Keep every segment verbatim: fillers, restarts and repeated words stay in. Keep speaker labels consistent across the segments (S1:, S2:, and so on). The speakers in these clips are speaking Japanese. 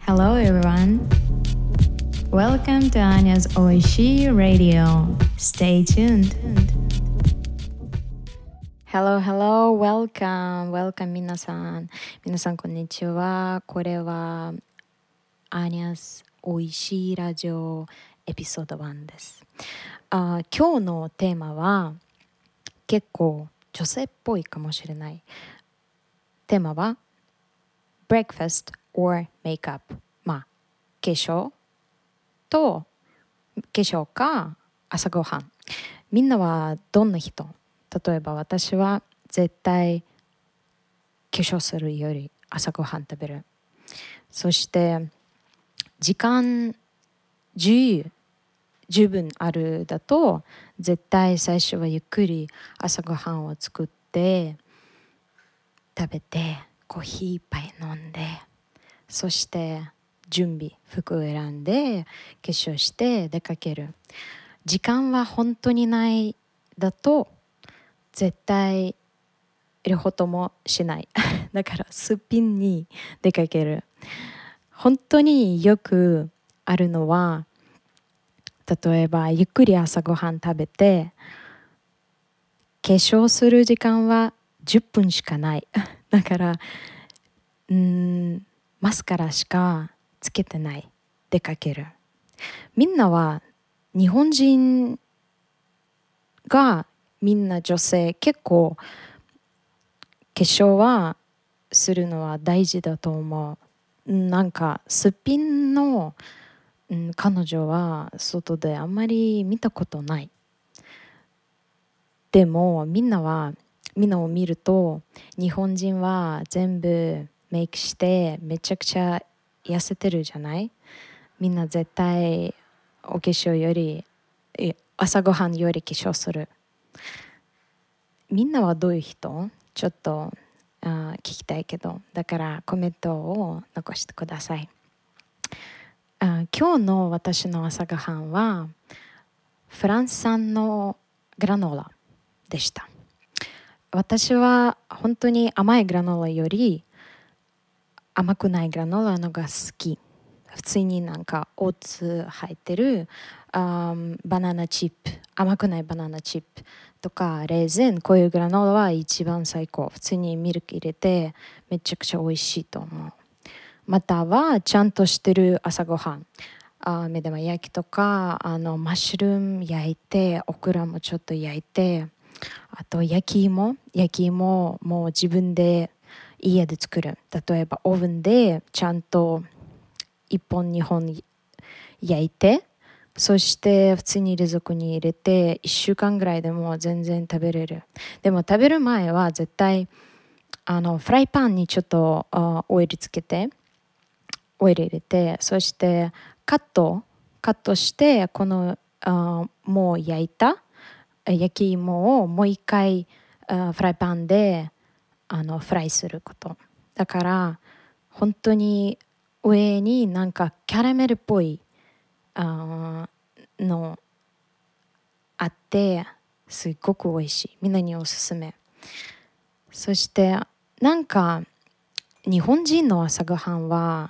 S1: Hello everyone. Welcome to Anya's Oishii Radio. Stay tuned. Hello, hello, welcome, welcome 皆さん。皆さんこんにちは。これは Anya's Oishii Radio エピソードワンです。あ今日のテーマは結構女性っぽいかもしれない。テーマは Breakfast or Makeup。まあ、化粧と化粧か朝ごはん。みんなはどんな人？例えば私は絶対化粧するより朝ごはん食べる。そして時間自由十分あるだと絶対最初はゆっくり朝ごはんを作って食べてコーヒー一杯飲んでそして準備服を選んで化粧して出かける。時間は本当にないだと絶対両方ともしないだからすっぴんに出かける。本当によくあるのは例えばゆっくり朝ごはん食べて化粧する時間はじゅっぷんしかないだからうーんマスカラしかつけてない出かける。みんなは日本人がみんな女性結構化粧はするのは大事だと思う。なんかすっぴんのうん、彼女は外であんまり見たことない。でもみんなはみんなを見ると日本人は全部メイクしてめちゃくちゃ痩せてるじゃない？みんな絶対お化粧より朝ごはんより化粧する。みんなはどういう人？ちょっとあ聞きたいけど、だからコメントを残してください。あ今日の私の朝ごはんはフランス産のグラノーラでした。私は本当に甘いグラノーラより甘くないグラノーラのが好き。普通になんかオーツ入ってるあバナナチップ、甘くないバナナチップとかレーズン、こういうグラノーラは一番最高。普通にミルク入れてめちゃくちゃ美味しいと思う。またはちゃんとしてる朝ごはん、あ目玉焼きとかあのマッシュルーム焼いてオクラもちょっと焼いて、あと焼き芋焼き芋も自分で家で作る。例えばオーブンでちゃんといっぽんにほん焼いて、そして普通に冷蔵庫に入れていっしゅうかんぐらいでも全然食べれる。でも食べる前は絶対あのフライパンにちょっとあオイルつけてオイル入れて、そしてカットカットしてこのあもう焼いた焼き芋をもう一回あフライパンであのフライすること。だから本当に上になんかキャラメルっぽいあのあってすっごく美味しい。みんなにおすすめ。そしてなんか日本人の朝ごはんは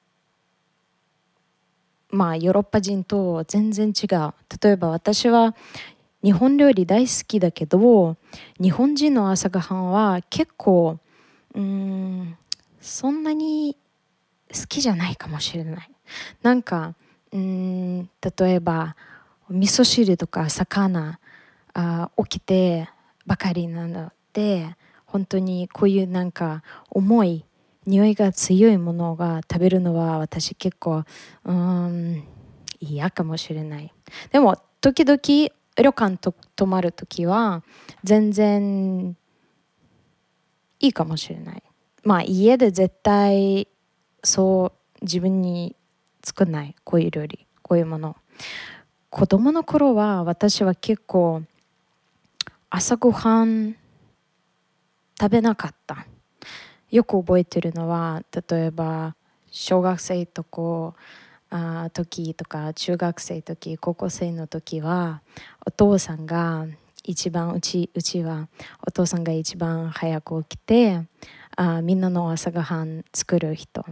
S1: まあヨーロッパ人と全然違う。例えば私は日本料理大好きだけど日本人の朝ごはんは結構うーんそんなに好きじゃないかもしれない。なんかうーん例えば味噌汁とか魚あ起きてばかりなので本当にこういうなんか重い匂いが強いものが食べるのは私結構うーん嫌かもしれない。でも時々旅館と泊まるときは全然いいかもしれない。まあ家で絶対そう自分に作らないこういう料理こういうもの。子供の頃は私は結構朝ごはん食べなかった。よく覚えてるのは例えば小学生とこあ時とか中学生時高校生の時はお父さんが一番うちうちはお父さんが一番早く起きてあみんなの朝ごはん作る人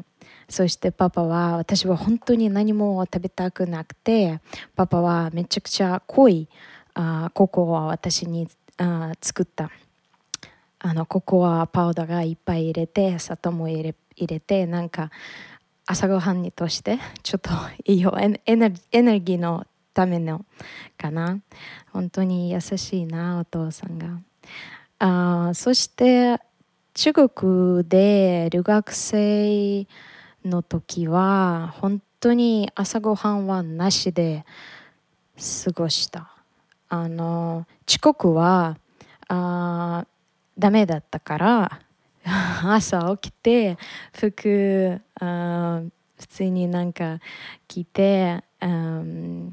S1: そしてパパは、私は本当に何も食べたくなくて、パパはめちゃくちゃ濃いあココアを私にあ作った。あのココアパウダーがいっぱい入れて、砂糖も入れ入れて、なんか朝ごはんにとしてちょっといいよ、エネエネエネルギーのためのかな。本当に優しいな、お父さんが。あーそして中国で留学生の時は本当に朝ごはんはなしで過ごした。あの遅刻はあーダメだったから朝起きて服あ普通になんか着て、うん、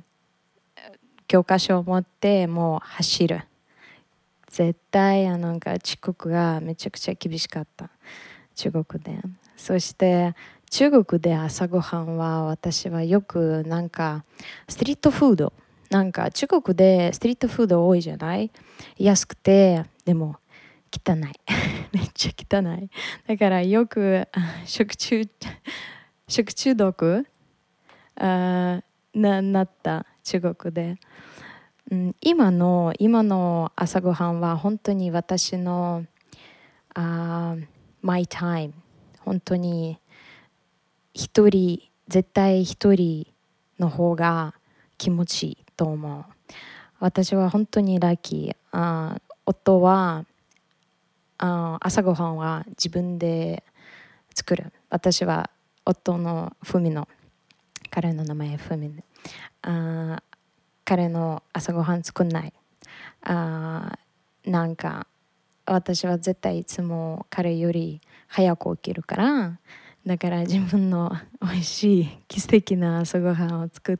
S1: 教科書を持ってもう走る。絶対あのなんか遅刻がめちゃくちゃ厳しかった、中国で。そして中国で朝ごはんは私はよくなんかストリートフード、なんか中国でストリートフード多いじゃない。安くてでも汚いめっちゃ汚い。だからよく食中食中毒あななった中国で。うん、今の今の朝ごはんは本当に私のあマイタイム、本当に一人、絶対一人の方が気持ちいいと思う。私は本当にラッキー。あ夫はあ朝ごはんは自分で作る。私は夫のフミの、彼の名前フミで、あ彼の朝ごはん作んない。あなんか私は絶対いつも彼より早く起きるから、だから自分の美味しい奇跡な朝ごはんを作って、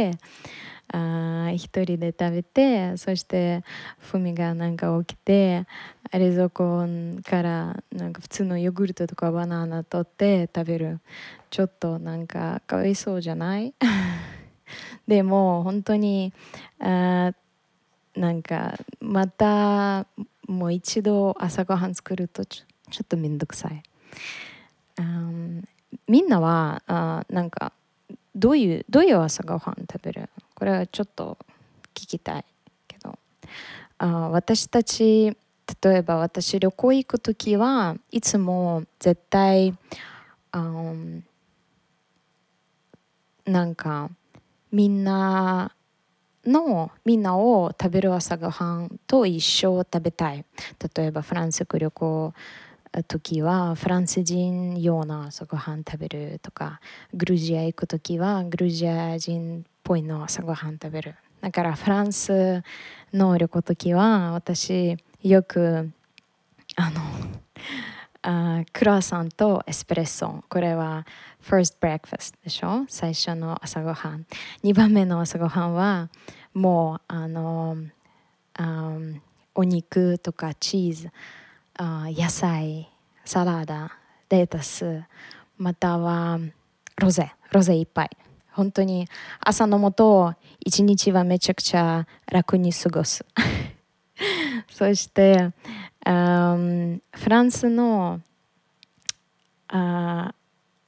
S1: あ一人で食べて、そしてふみがなんか起きて冷蔵庫からなんか普通のヨーグルトとかバナナ取って食べる。ちょっとなんかかわいそうじゃないでも本当にあなんかまたもう一度朝ごはん作るとちょ、ちょっとめんどくさい。あみんなはあなんかどういうどういう朝ごはん食べる？これはちょっと聞きたいけど、あ私たち、例えば私旅行行く時はいつも絶対あなんかみんなのみんなを食べる朝ごはんと一緒食べたい。例えばフランス旅行時はフランス人用の朝ごはん食べるとか、グルジア行く時はグルジア人っぽいの朝ごはん食べる。だからフランスの旅行時は私よくあのあクロワッサンとエスプレッソ、これは first breakfast でしょ、最初の朝ごはん。にばんめの朝ごはんはもうあのあお肉とかチーズ、あ野菜、サラダ、レタス、またはロゼロゼいっぱい。本当に朝飲むと一日はめちゃくちゃ楽に過ごすそしてあフランスのあ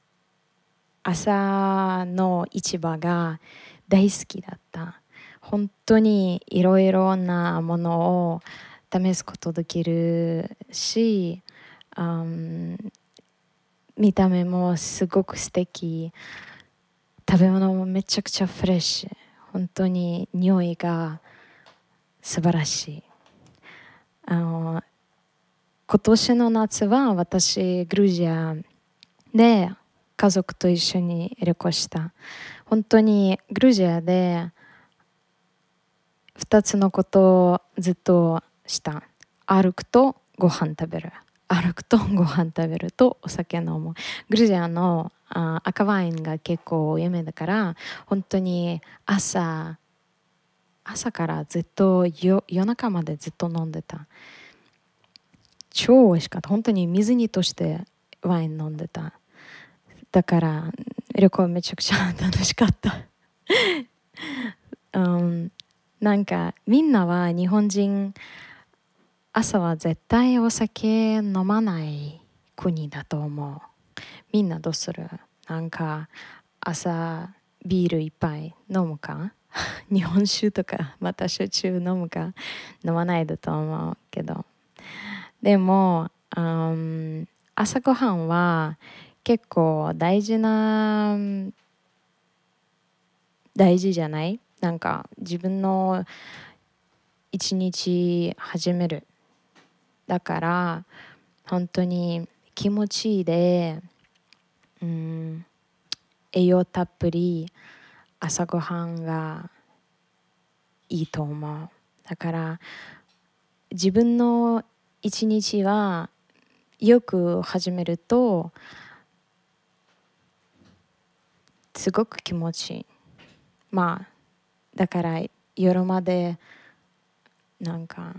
S1: 朝の市場が大好きだった。本当にいろいろなものを試すことできるし、あ見た目もすごく素敵、食べ物もめちゃくちゃフレッシュ、本当に匂いが素晴らしい。あの今年の夏は私グルジアで家族と一緒に旅行した。本当にグルジアでふたつのことをずっとした。歩くとご飯食べる、歩くとご飯食べるとお酒飲む。グルジアのあ赤ワインが結構有名だから、本当に朝朝からずっと夜夜中までずっと飲んでた。超美味しかった。本当に水煮としてワイン飲んでた。だから旅行めちゃくちゃ楽しかったうん、なんかみんなは日本人朝は絶対お酒飲まない国だと思う。みんなどうする？ なんか朝ビール一杯飲むか日本酒とかまた焼酎飲むか飲まないだと思うけど、でも、うん、朝ごはんは結構大事な大事じゃない？なんか自分の一日始める。だから本当に気持ちいいで、うん、栄養たっぷり朝ごはんがいいと思う。だから自分の一日はよく始めるとすごく気持ちいい。まあだから夜までなんか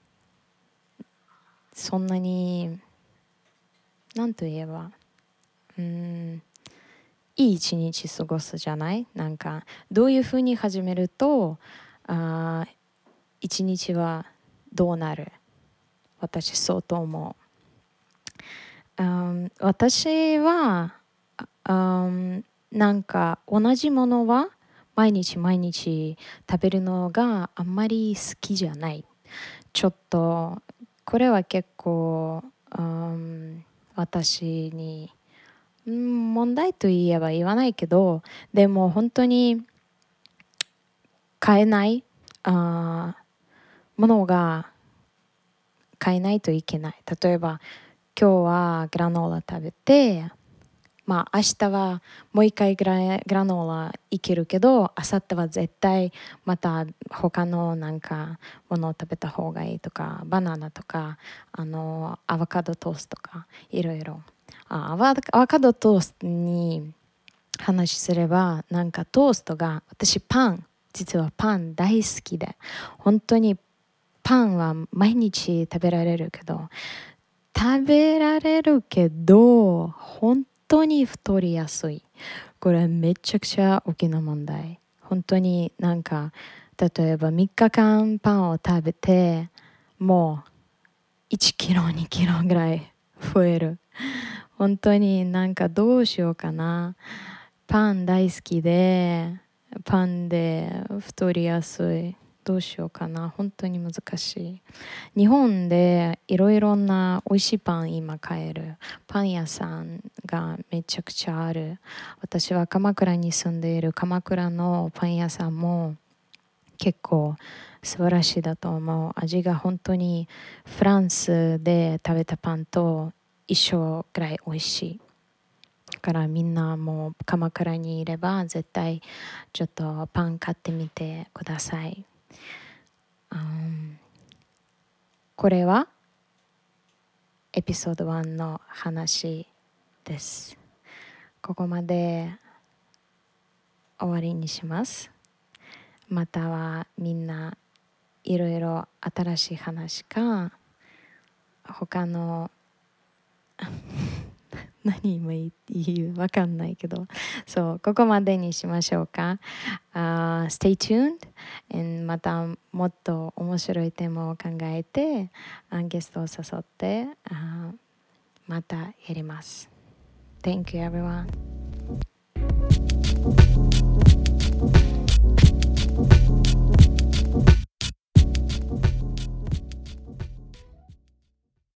S1: そんなになんと言えばうーんいい一日過ごすじゃない？なんかどういうふうに始めるとあ一日はどうなる？私そうと思う。あ私はあなんか同じものは毎日毎日食べるのがあんまり好きじゃない。ちょっとこれは結構うん私にうん問題といえば言わないけど、でも本当に買えないあものが買えないといけない。例えば今日はグラノーラ食べて、まあ明日はもう一回グラグラノーラいけるけど、明後日は絶対また他のなんかものを食べた方がいいとか、バナナとかあのアボカドトーストとかいろいろ。あアボアボカドトーストに話すれば、なんかトーストが私パン実はパン大好きで、本当にパンは毎日食べられるけど食べられるけど本当に太りやすい。これめちゃくちゃ大きな問題。本当になんか例えばみっかかんパンを食べてもういちキロにキロぐらい増える。本当になんかどうしようかな。パン大好きでパンで太りやすい。どうしようかな。本当に難しい。日本でいろいろな美味しいパン今買える。パン屋さんがめちゃくちゃある。私は鎌倉に住んでいる。鎌倉のパン屋さんも結構素晴らしいだと思う。味が本当にフランスで食べたパンと一緒ぐらい美味しい。だからみんなもう鎌倉にいれば絶対ちょっとパン買ってみてください。うん、これはエピソードワンの話です。ここまで終わりにします。またはみんないろいろ新しい話か他の何今言うわかんないけど、そうここまでにしましょうか。uh, Stay tuned and またもっと面白いテーマを考えてゲストを誘って、uh, またやります。Thank you everyone.